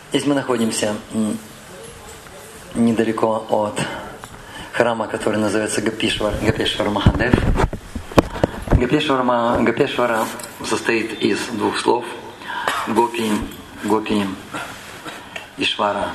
Здесь мы находимся недалеко от храма, который называется Гопешвара Махадев. Гопешвара состоит из двух слов: Гопи и Швара.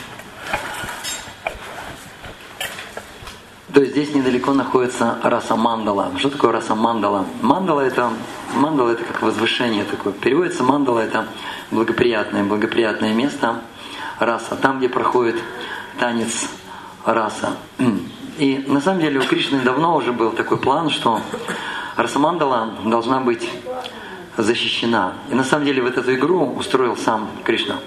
То есть здесь недалеко находится Раса Мандала. Что такое Раса Мандала? Мандала это как возвышение такое. Переводится мандала — это благоприятное место, раса, там, где проходит танец раса. И на самом деле у Кришны давно уже был такой план, что раса мандала должна быть защищена. И на самом деле вот эту игру устроил сам Кришна.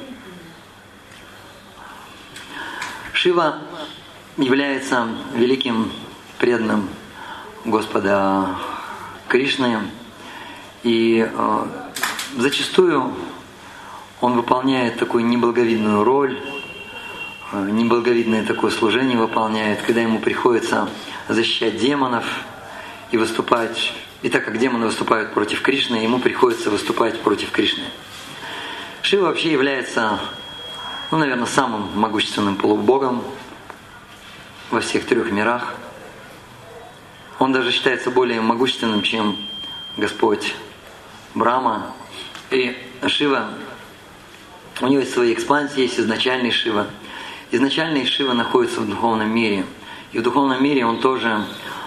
Шива является великим преданным Господа Кришны, и зачастую он выполняет такую неблаговидную роль, неблаговидное такое служение выполняет, когда ему приходится защищать демонов и выступать. И так как демоны выступают против Кришны, ему приходится выступать против Кришны. Шива вообще является, наверное, самым могущественным полубогом во всех трех мирах. Он даже считается более могущественным, чем Господь Брахма. И Шива, у него есть свои экспансии, есть изначальный Шива. Изначальный Шива находится в духовном мире. И в духовном мире он тоже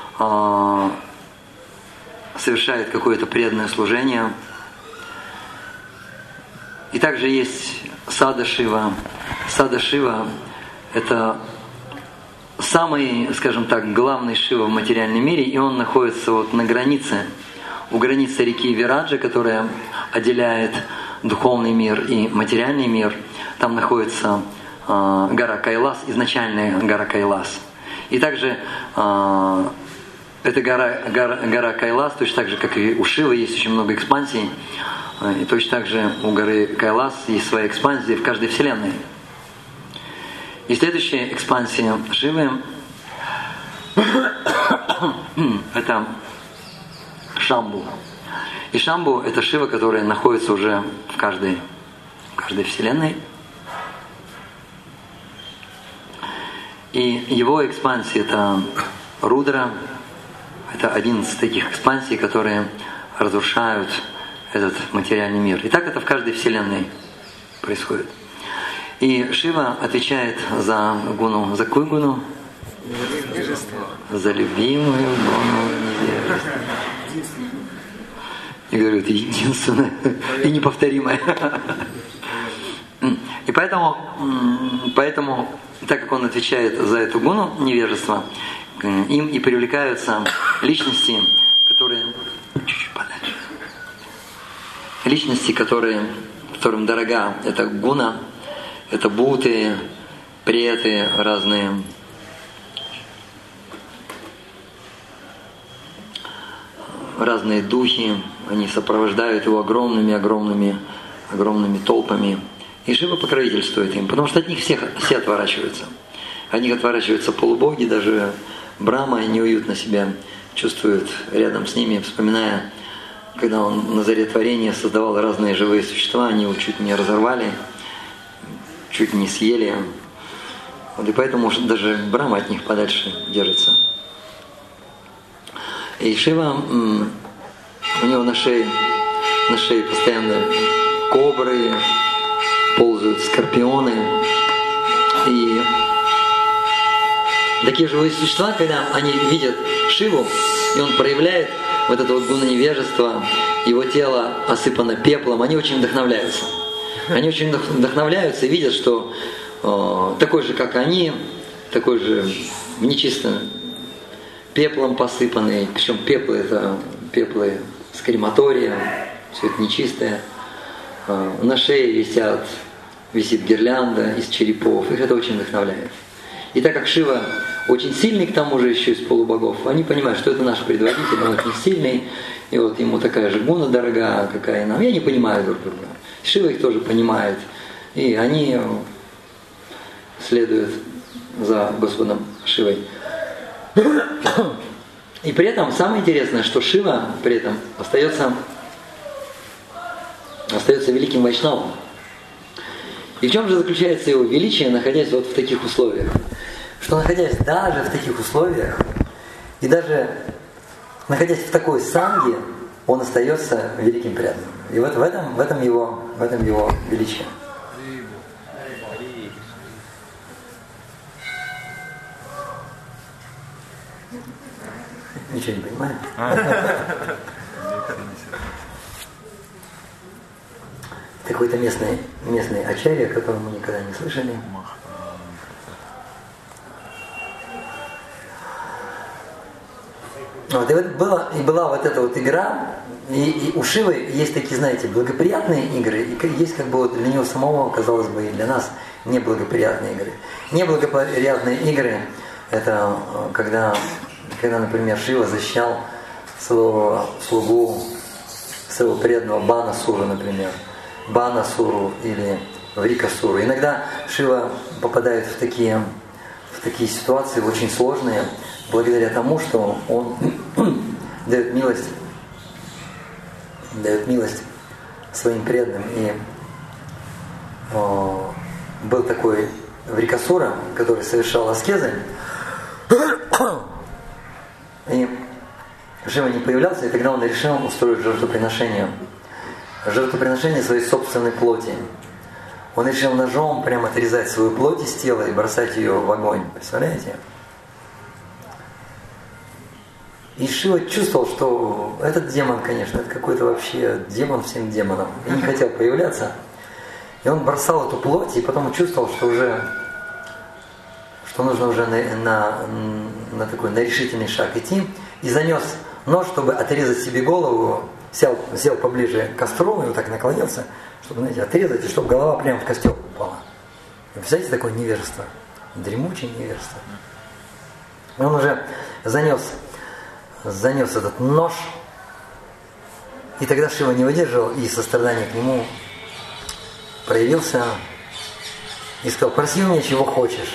совершает какое-то преданное служение. И также есть Сада Шива. Сада Шива — это самый, скажем так, главный Шива в материальном мире, и он находится вот на границе, у границы реки Вираджа, которая отделяет духовный мир и материальный мир. Там находится гора Кайлас, изначальная гора Кайлас. И также эта гора Кайлас, точно так же, как и у Шивы, есть очень много экспансий. И точно так же у горы Кайлас есть своя экспансия в каждой вселенной. И следующая экспансия Шивы – это Шамбу. И Шамбу – это Шива, которая находится уже в каждой вселенной. И его экспансия – это Рудра. Это 11 таких экспансий, которые разрушают этот материальный мир. И так это в каждой вселенной происходит. И Шива отвечает за гуну. За какую гуну? За любимую гуну невежества. И говорю, это единственное и неповторимое. И поэтому, так как он отвечает за эту гуну невежества, им и привлекаются личности, которые чуть-чуть подальше. Личности, которым дорога эта гуна, это буты, преты разные. Разные духи, они сопровождают его огромными толпами. И Шива покровительствует им, потому что от них все отворачиваются. От них отворачиваются полубоги, даже Брахма неуютно себя чувствует рядом с ними, вспоминая, когда он на заре творения создавал разные живые существа, они его чуть не разорвали, чуть не съели. Вот и поэтому даже Брахма от них подальше держится. И Шива, у него на шее постоянно кобры, ползают скорпионы. И такие живые существа, когда они видят Шиву, и он проявляет вот это вот гуна невежества, его тело осыпано пеплом, они очень вдохновляются. Они очень вдохновляются и видят, что такой же, как они, такой же нечисто, пеплом посыпанный, причем пеплы это пеплы с крематория, все это нечистое. На шее висит гирлянда из черепов, их это очень вдохновляет. И так как Шива очень сильный, к тому же еще из полубогов, они понимают, что это наш предводитель, он очень сильный, и вот ему такая же гуна дорога, какая нам. И они понимают друг друга. Шива их тоже понимает, и они следуют за Господом Шивой. И при этом самое интересное, что Шива при этом остается великим вайшнавом. И в чем же заключается его величие, находясь вот в таких условиях? Что находясь даже в таких условиях, и даже находясь в такой санге, он остается великим преданным. И вот в этом его величие. Ничего не понимаю. Какой-то местный ачарья, которого мы никогда не слышали. Вот, и была вот эта вот игра, и у Шивы есть такие, знаете, благоприятные игры, и есть как бы вот для него самого, казалось бы, и для нас неблагоприятные игры. Неблагоприятные игры – это когда, например, Шива защищал своего слугу, своего преданного Банасуру, например, Банасуру или Врикасуру. Иногда Шива попадает в такие ситуации очень сложные, благодаря тому, что он дает милость своим преданным. И был такой Врикасура, который совершал аскезы, и Шива не появлялся, и тогда он решил устроить жертвоприношение своей собственной плоти. Он решил ножом прямо отрезать свою плоть из тела и бросать ее в огонь. Представляете? И Шива чувствовал, что этот демон, конечно, это какой-то вообще демон всем демонам. И не хотел появляться. И он бросал эту плоть, и потом чувствовал, что нужно уже на такой решительный шаг идти. И занес нож, чтобы отрезать себе голову, сел поближе к костру и вот так наклонился, чтобы, знаете, отрезать, и чтобы голова прямо в костер упала. Вы представляете, такое невежество? Дремучее невежество. И он уже занес этот нож, и тогда Шива не выдержал, и сострадание к нему проявился, и сказал: проси у меня чего хочешь.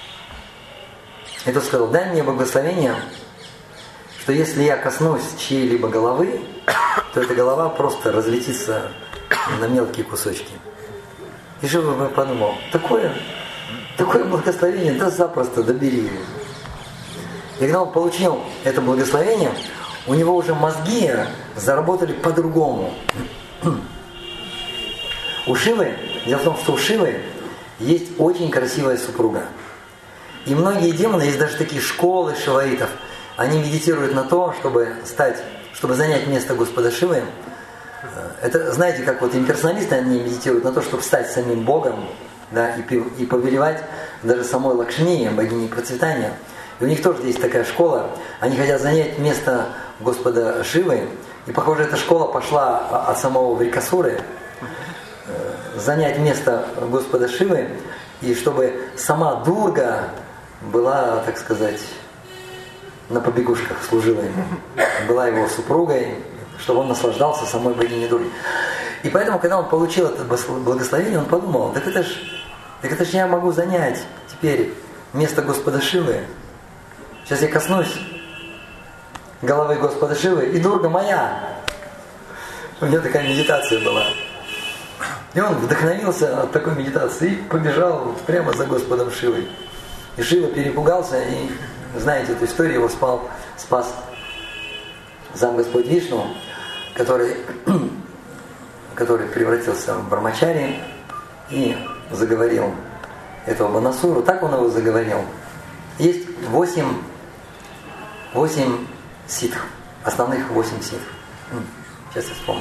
И тот сказал: дай мне благословение, что если я коснусь чьей-либо головы, то эта голова просто разлетится на мелкие кусочки. И Шива подумал: такое благословение, да запросто, добери. И когда он получил это благословение, у него уже мозги заработали по-другому. Дело в том, что у Шивы есть очень красивая супруга. И многие демоны, есть даже такие школы шиваитов, они медитируют на то, чтобы занять место Господа Шивы. Это, знаете, как вот имперсоналисты, они медитируют на то, чтобы стать самим Богом, да, и повелевать даже самой Лакшми, богиней процветания. И у них тоже есть такая школа. Они хотят занять место Господа Шивы. И, похоже, эта школа пошла от самого Врикасуры. Занять место Господа Шивы. И чтобы сама Дурга была, так сказать, на побегушках, служила ему. Была его супругой, чтобы он наслаждался самой богиней Дургой. И поэтому, когда он получил это благословение, он подумал: так это ж я могу занять теперь место Господа Шивы. Сейчас я коснусь головы Господа Шивы, и Дурга моя. У меня такая медитация была. И он вдохновился от такой медитации и побежал прямо за Господом Шивой. И Шива перепугался, и, знаете эту историю, его спас сам Господь Вишну, который превратился в Брамачари и заговорил этого Банасуру. Так он его заговорил. Есть 8 ситх, основных 8 ситх. Сейчас я вспомню.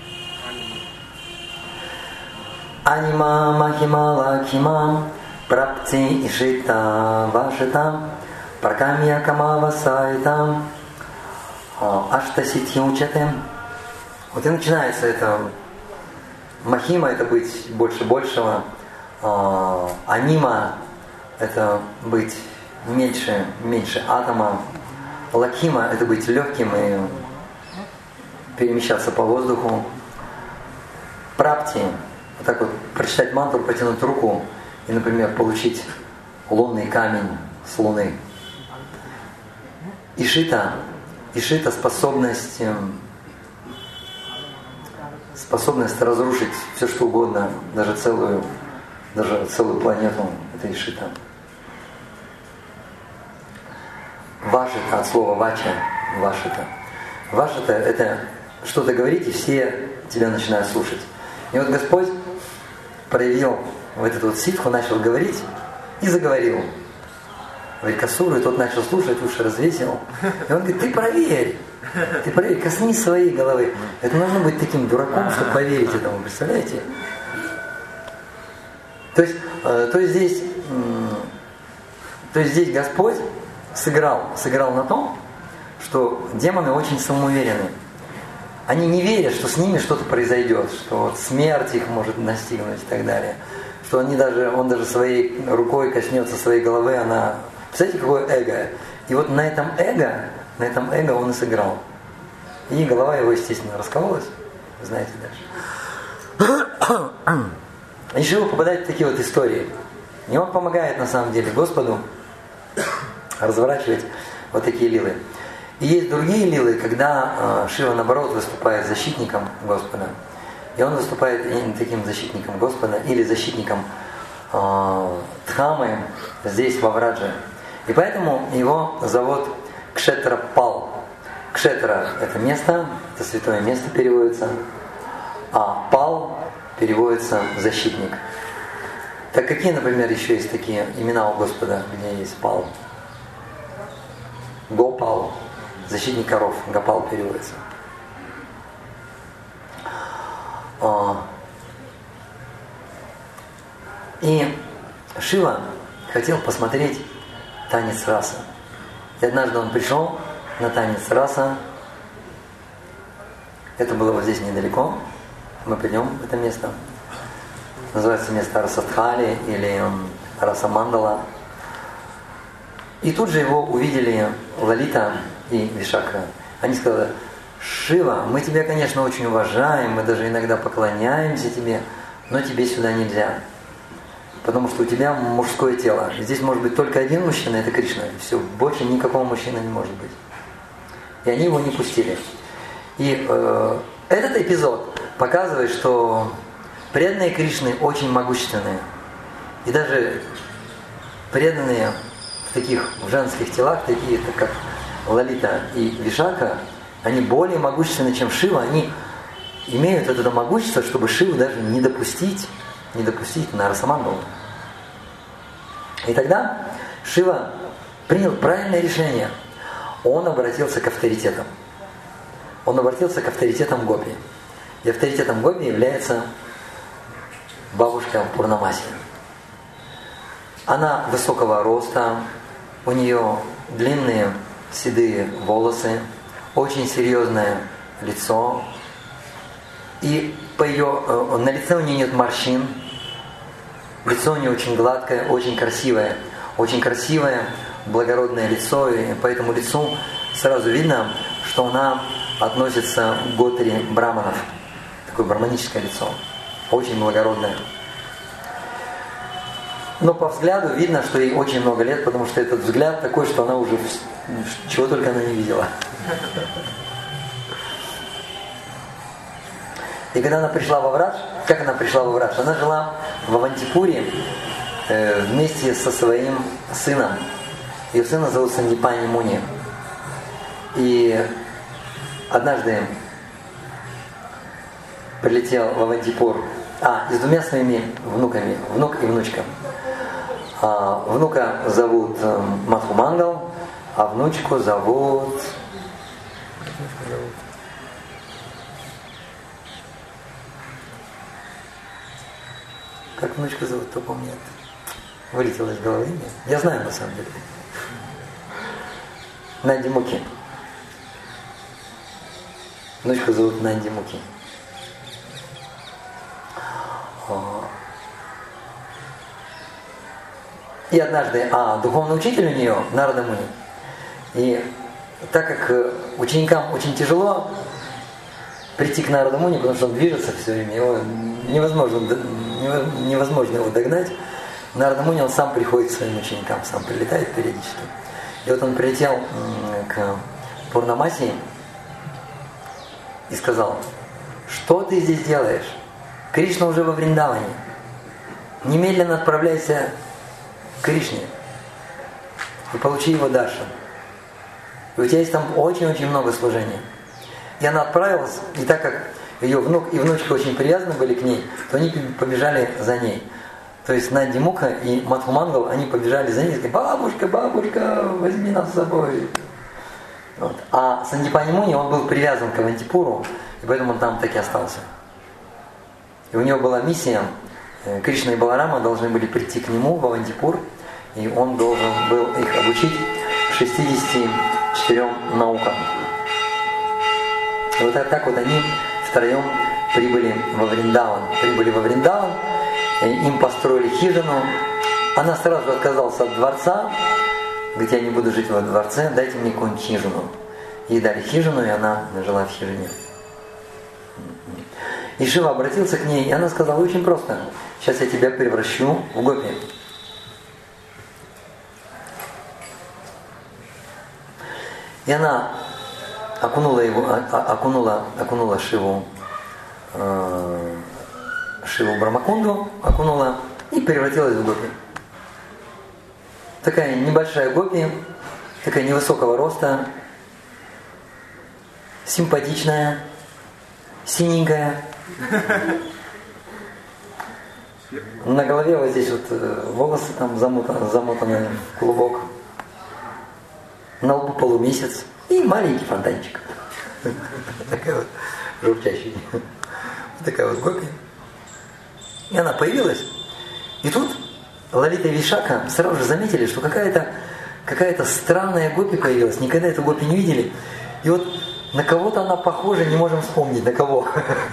Анима махима лакхима прапти ишита вашита пракамья камава сайта аштаситхи учате. Вот и начинается это. Махима — это быть больше большего. Анима — это быть меньше атома. Лакхима — это быть легким и перемещаться по воздуху. Прапти — вот так вот прочитать мантру, протянуть руку и, например, получить лунный камень с луны. Ишита — способность разрушить все что угодно, даже целую даже целую планету, это Ишита. Вашита, от слова вача, вашита. Вашита — это что-то говорить, и все тебя начинают слушать. И вот Господь проявил вот эту вот ситху, начал говорить и заговорил. Варикасуру, и тот начал слушать, уши развесил. И он говорит: ты проверь, коснись своей головы. Это нужно быть таким дураком, чтобы поверить этому, представляете? То есть здесь Господь сыграл на том, что демоны очень самоуверены. Они не верят, что с ними что-то произойдет, что вот смерть их может настигнуть и так далее. Что он даже своей рукой коснется своей головы, она... Представляете, какое эго? И вот на этом эго он и сыграл. И голова его, естественно, раскололась. Вы знаете дальше. И Шива попадает в такие вот истории. И он помогает, на самом деле, Господу разворачивать вот такие лилы. И есть другие лилы, когда Шива, наоборот, выступает защитником Господа. И он выступает таким защитником Господа или защитником Дхамы здесь, во Врадже. И поэтому его зовут Кшетрапал. Кшетра – это место, это святое место переводится, а Пал переводится защитник. Так какие, например, еще есть такие имена у Господа, где есть Пал? Гопал, защитник коров, Гопал переводится. И Шива хотел посмотреть танец раса. И однажды он пришел на танец раса. Это было вот здесь недалеко. Мы придем в это место. Называется место Расадхали или Расамандала. И тут же его увидели Лалита и Вишакха. Они сказали: Шива, мы тебя, конечно, очень уважаем, мы даже иногда поклоняемся тебе, но тебе сюда нельзя. Потому что у тебя мужское тело. Здесь может быть только один мужчина, это Кришна. И все, больше никакого мужчины не может быть. И они его не пустили. И этот эпизод показывает, что преданные Кришны очень могущественные. И даже преданные в женских телах, такие как Лалита и Вишакха, они более могущественны, чем Шива. Они имеют это могущество, чтобы Шиву даже не допустить на Расамандалу. И тогда Шива принял правильное решение. Он обратился к авторитетам. Он обратился к авторитетам Гопи. И авторитетом Гопи является бабушка Пурнамаси. Она высокого роста, у нее длинные седые волосы, очень серьезное лицо. И на лице у нее нет морщин. Лицо у нее очень гладкое, очень красивое, благородное лицо, и по этому лицу сразу видно, что она относится к готре браманов. Такое браманическое лицо, очень благородное. Но по взгляду видно, что ей очень много лет, потому что этот взгляд такой, что она уже чего только она не видела. И когда она пришла во Врадж, как она пришла во Врадж? Она жила в Авантипуре вместе со своим сыном. Ее сына зовут Сандипани Муни. И однажды прилетел в Авантипур и с двумя своими внуками, внук и внучка. Внука зовут Матху Мангал, а внучку зовут... Как внучку зовут, кто помнит? Вылетело из головы имя. Я знаю, на самом деле. Нанди Муки. Внучку зовут Нанди Муки. И однажды, духовный учитель у нее, Нарада Муни. И так как ученикам очень тяжело прийти к Нарада Муни, потому что он движется все время, его невозможно его догнать. Нарада Муни, он сам приходит к своим ученикам, сам прилетает периодически. И вот он прилетел к Пурнамаси и сказал: что ты здесь делаешь? Кришна уже во Вриндаване. немедленно отправляйся к Кришне и получи его даршан. И у тебя есть там очень-очень много служения. И она отправилась, и так как ее внук и внучка очень привязаны были к ней, то они побежали за ней. То есть Нанди Мукха и Мадху Мангал, они побежали за ней и сказали: бабушка, бабушка, возьми нас с собой. Вот. А Сандипани Муни, он был привязан к Авантипуру, и поэтому он там так и остался. И у него была миссия, Кришна и Баларама должны были прийти к нему в Авантипур, и он должен был их обучить 64 наукам. И вот так вот они втроем прибыли во Вриндаван, им построили хижину. Она сразу отказалась от дворца, говорит: я не буду жить во дворце, дайте мне какую-нибудь хижину. Ей дали хижину, и она жила в хижине. И Шива обратился к ней, и она сказала: очень просто, сейчас я тебя превращу в гопи. И она окунула Шиву Брамакунду, окунула и превратилась в гопи. Такая небольшая гопи, такая невысокого роста, симпатичная, синенькая. На голове вот здесь вот волосы там замотаны в клубок. На лбу полумесяц и маленький фонтанчик. Такая вот журчащая. Такая вот гопи. И она появилась. И тут Лалита и Вишака сразу же заметили, что какая-то странная гопи появилась. Никогда эту гопи не видели. И вот на кого-то она похожа, не можем вспомнить, на кого.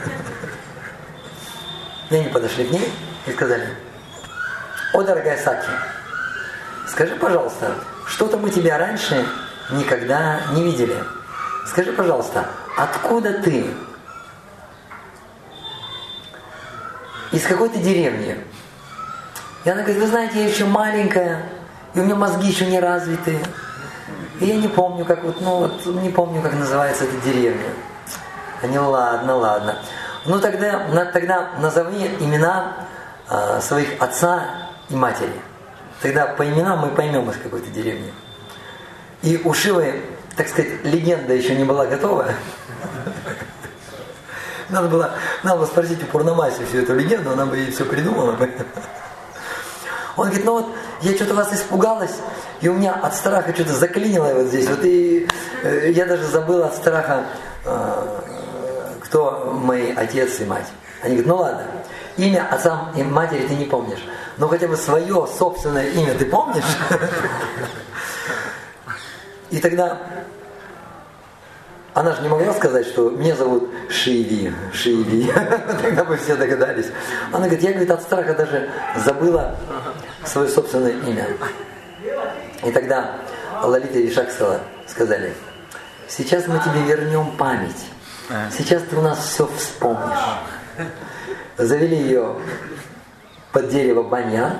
И они подошли к ней и сказали: о, дорогая Сакхи, скажи, пожалуйста, что-то мы тебя раньше никогда не видели. Скажи, пожалуйста, откуда ты? Из какой ты деревни? И она говорит: вы знаете, я еще маленькая, и у меня мозги еще не развиты. И я не помню, не помню, как называется эта деревня. Они: ладно. Ну тогда назови имена своих отца и матери. Тогда по именам мы поймем, из какой-то деревни. И у Шивы, так сказать, легенда еще не была готова. Надо было спросить у Пурнамаси всю эту легенду, она бы ей все придумала. Он говорит: ну вот, я что-то вас испугалась, и у меня от страха что-то заклинило вот здесь. Вот и я даже забыл от страха, кто мои отец и мать. Они говорят: ну ладно, имя отца и матери ты не помнишь, но хотя бы свое собственное имя ты помнишь? И тогда она же не могла сказать, что меня зовут Шиви. Тогда бы все догадались. Она говорит: я, от страха даже забыла свое собственное имя. И тогда Лалита и Вишака сказали: сейчас мы тебе вернем память. Сейчас ты у нас все вспомнишь. Завели ее под дерево баньян.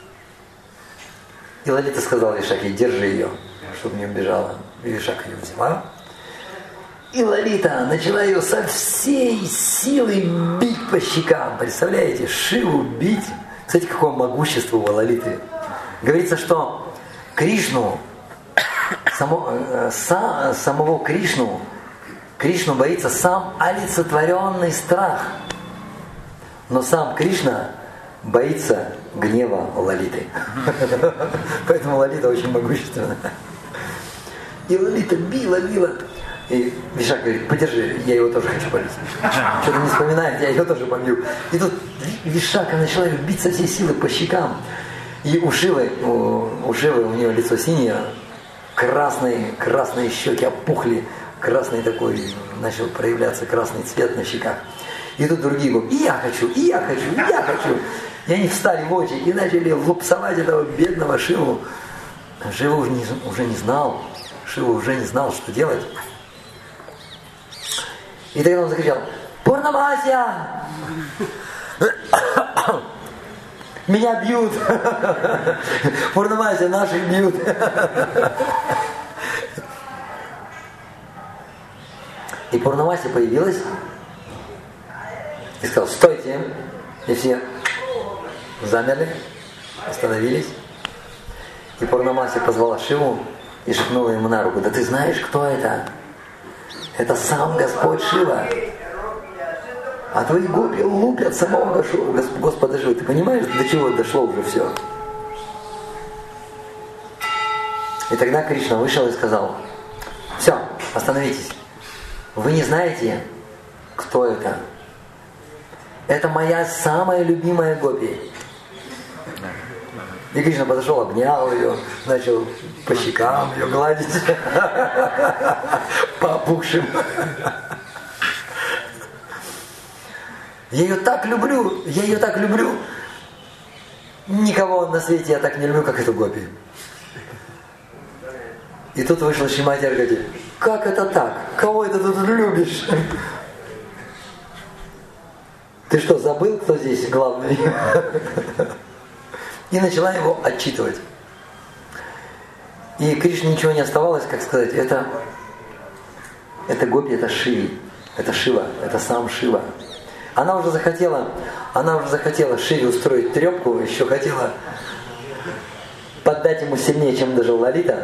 И Лалита сказала Вишаке: держи ее, чтобы не убежала. И Вишака ее взяла. И Лалита начала ее со всей силой бить по щекам. Представляете, Шиву бить. Кстати, какое могущество у Лалиты. Говорится, что Кришну, самого Кришну боится сам олицетворенный страх. Но сам Кришна боится гнева Лалиты. Поэтому Лалита очень могущественна. И Лалита била. И Вишака говорит: подержи, я его тоже хочу побить. Что-то не вспоминает, я его тоже побью. И тут Вишака начала ее бить со всей силы по щекам. И у Шивы у нее лицо синее, красные щеки опухли, красный такой, начал проявляться красный цвет на щеках. И тут другие говорят: и я хочу. И они встали в очередь и начали лупсовать этого бедного Шиву. Шива уже не знал, что делать. И тогда он закричал: Пурнамася! Меня бьют! Пурнамася, наших бьют! И Пурнамася появилась и сказал: стойте! И все замерли, остановились. И Пурнамаси позвала Шиву и шепнула ему на руку: да ты знаешь, кто это? Это сам Господь Шива. А твои гопи лупят самого Господа Шивы. Ты понимаешь, до чего дошло уже все? И тогда Кришна вышел и сказал: все, остановитесь. Вы не знаете, кто это? Это моя самая любимая гопи. И Кришна подошел, обнял ее, начал по щекам ее гладить, по опухшим. Я ее так люблю, я ее так люблю. Никого на свете я так не люблю, как эту гопи. И тут вышла Шримати Радхика: как это так? Кого это ты тут любишь? Ты что, забыл, кто здесь главный? И начала его отчитывать. И Кришне ничего не оставалось, как сказать: это гопи, это Шиви, это Шива, это сам Шива. Она уже захотела Шиве устроить трепку, еще хотела поддать ему сильнее, чем даже Лалита.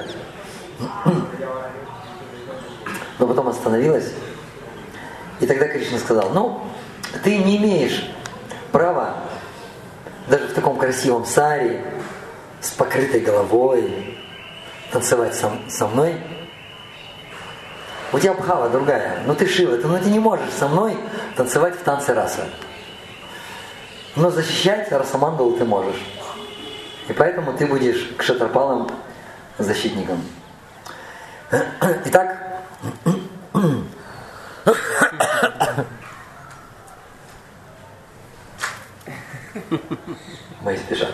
Но потом остановилась. И тогда Кришна сказал: ну, ты не имеешь права даже в таком красивом саре, с покрытой головой, танцевать со мной. У тебя бхава другая, но ты Шива, ты не можешь со мной танцевать в танце раса. Но защищать Расамандалу ты можешь. И поэтому ты будешь кшатрапалом защитником. Итак, мои спешат.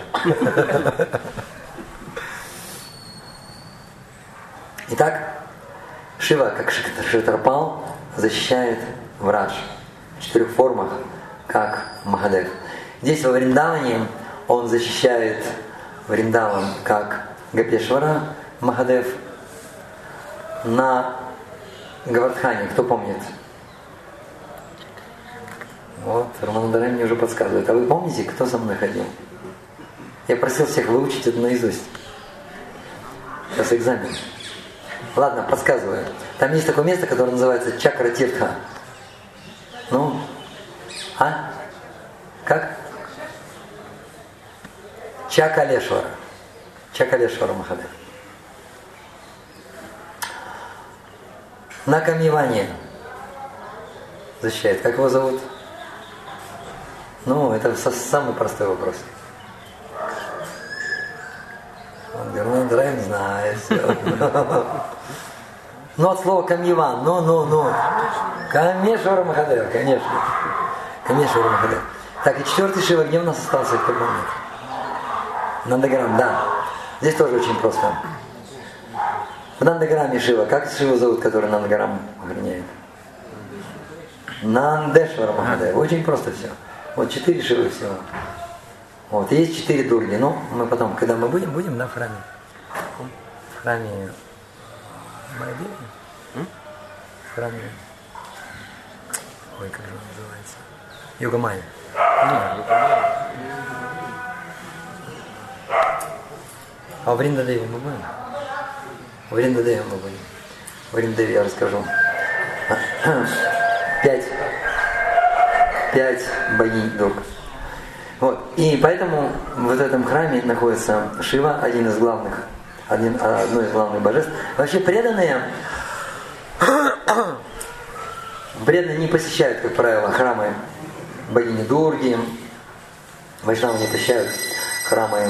Итак, Шива, как Кшатрапал, защищает Врадж в 4 формах, как Махадев. Здесь во Вриндаване он защищает Вриндаван как Гопешвара Махадев. На Гавардхане, кто помнит? Вот, Раманандарай мне уже подсказывает. А вы помните, кто со мной ходил? Я просил всех выучить это наизусть. Сейчас экзамен. Ладно, подсказываю. Там есть такое место, которое называется Чакра Тиртха. Ну? А? Как? Чакалешвара. Чакалешвара Махадев. На Камьяване защищает. Как его зовут? Ну, это самый простой вопрос. Драйм знает все. Ну, от слова Камьяван. Ну. Камешвара Махадев, конечно. Камешвара Махадев. Так, и 4-й Шива, где у нас остался, кто помнит? Нандаграм, да. Здесь тоже очень просто. В Нандаграме Шива. Как Шиву зовут, который Нандаграм охраняет? Нандешвара Махадев. Очень просто все. Вот 4 Шивы всего. Вот. И есть 4 Дурги. Ну, мы потом, когда мы будем на храме. В храме Майдеви? В храме... Ой, как же он называется? Йога-майя. А в Вриндадеве мы будем? В Вриндадеве мы будем. В Вриндадеве я расскажу. 5 богинь друг. Вот. И поэтому в этом храме находится Шива, одно из главных божеств. Вообще преданные не посещают, как правило, храмы богини Дурги. Вайшнавы не посещают храмы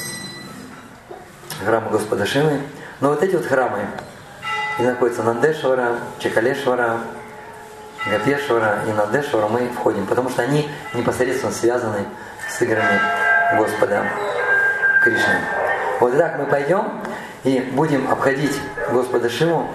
Господа Шивы. Но вот эти вот храмы, где находятся Нандешвара, Чакалешвара, Гопешвара и Нандешвара, мы входим, потому что они непосредственно связаны с играми Господа Кришны. Вот так мы пойдем и будем обходить Господа Шиву.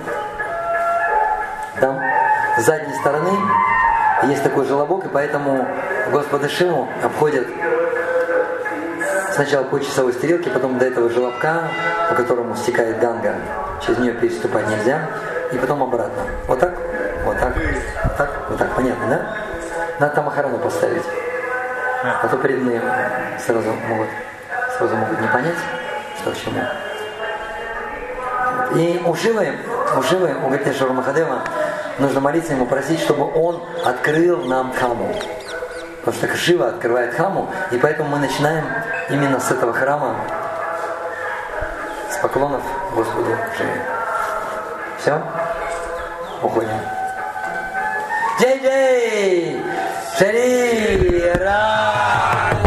Там с задней стороны есть такой желобок, и поэтому Господа Шиву обходят сначала по часовой стрелке, потом до этого желобка, по которому стекает Ганга. Через нее переступать нельзя. И потом обратно. Вот так, вот так, вот так, вот так. Понятно, да? Надо там охрану поставить. А то преданные сразу могут не понять, что к чему. И у Шивы, у Гатешвара Махадева, нужно молиться ему, просить, чтобы он открыл нам Дхаму. Потому что Шива открывает Дхаму, и поэтому мы начинаем именно с этого храма, с поклонов Господу Шиве. Все? Уходим. Джей-джей! Шри Рам!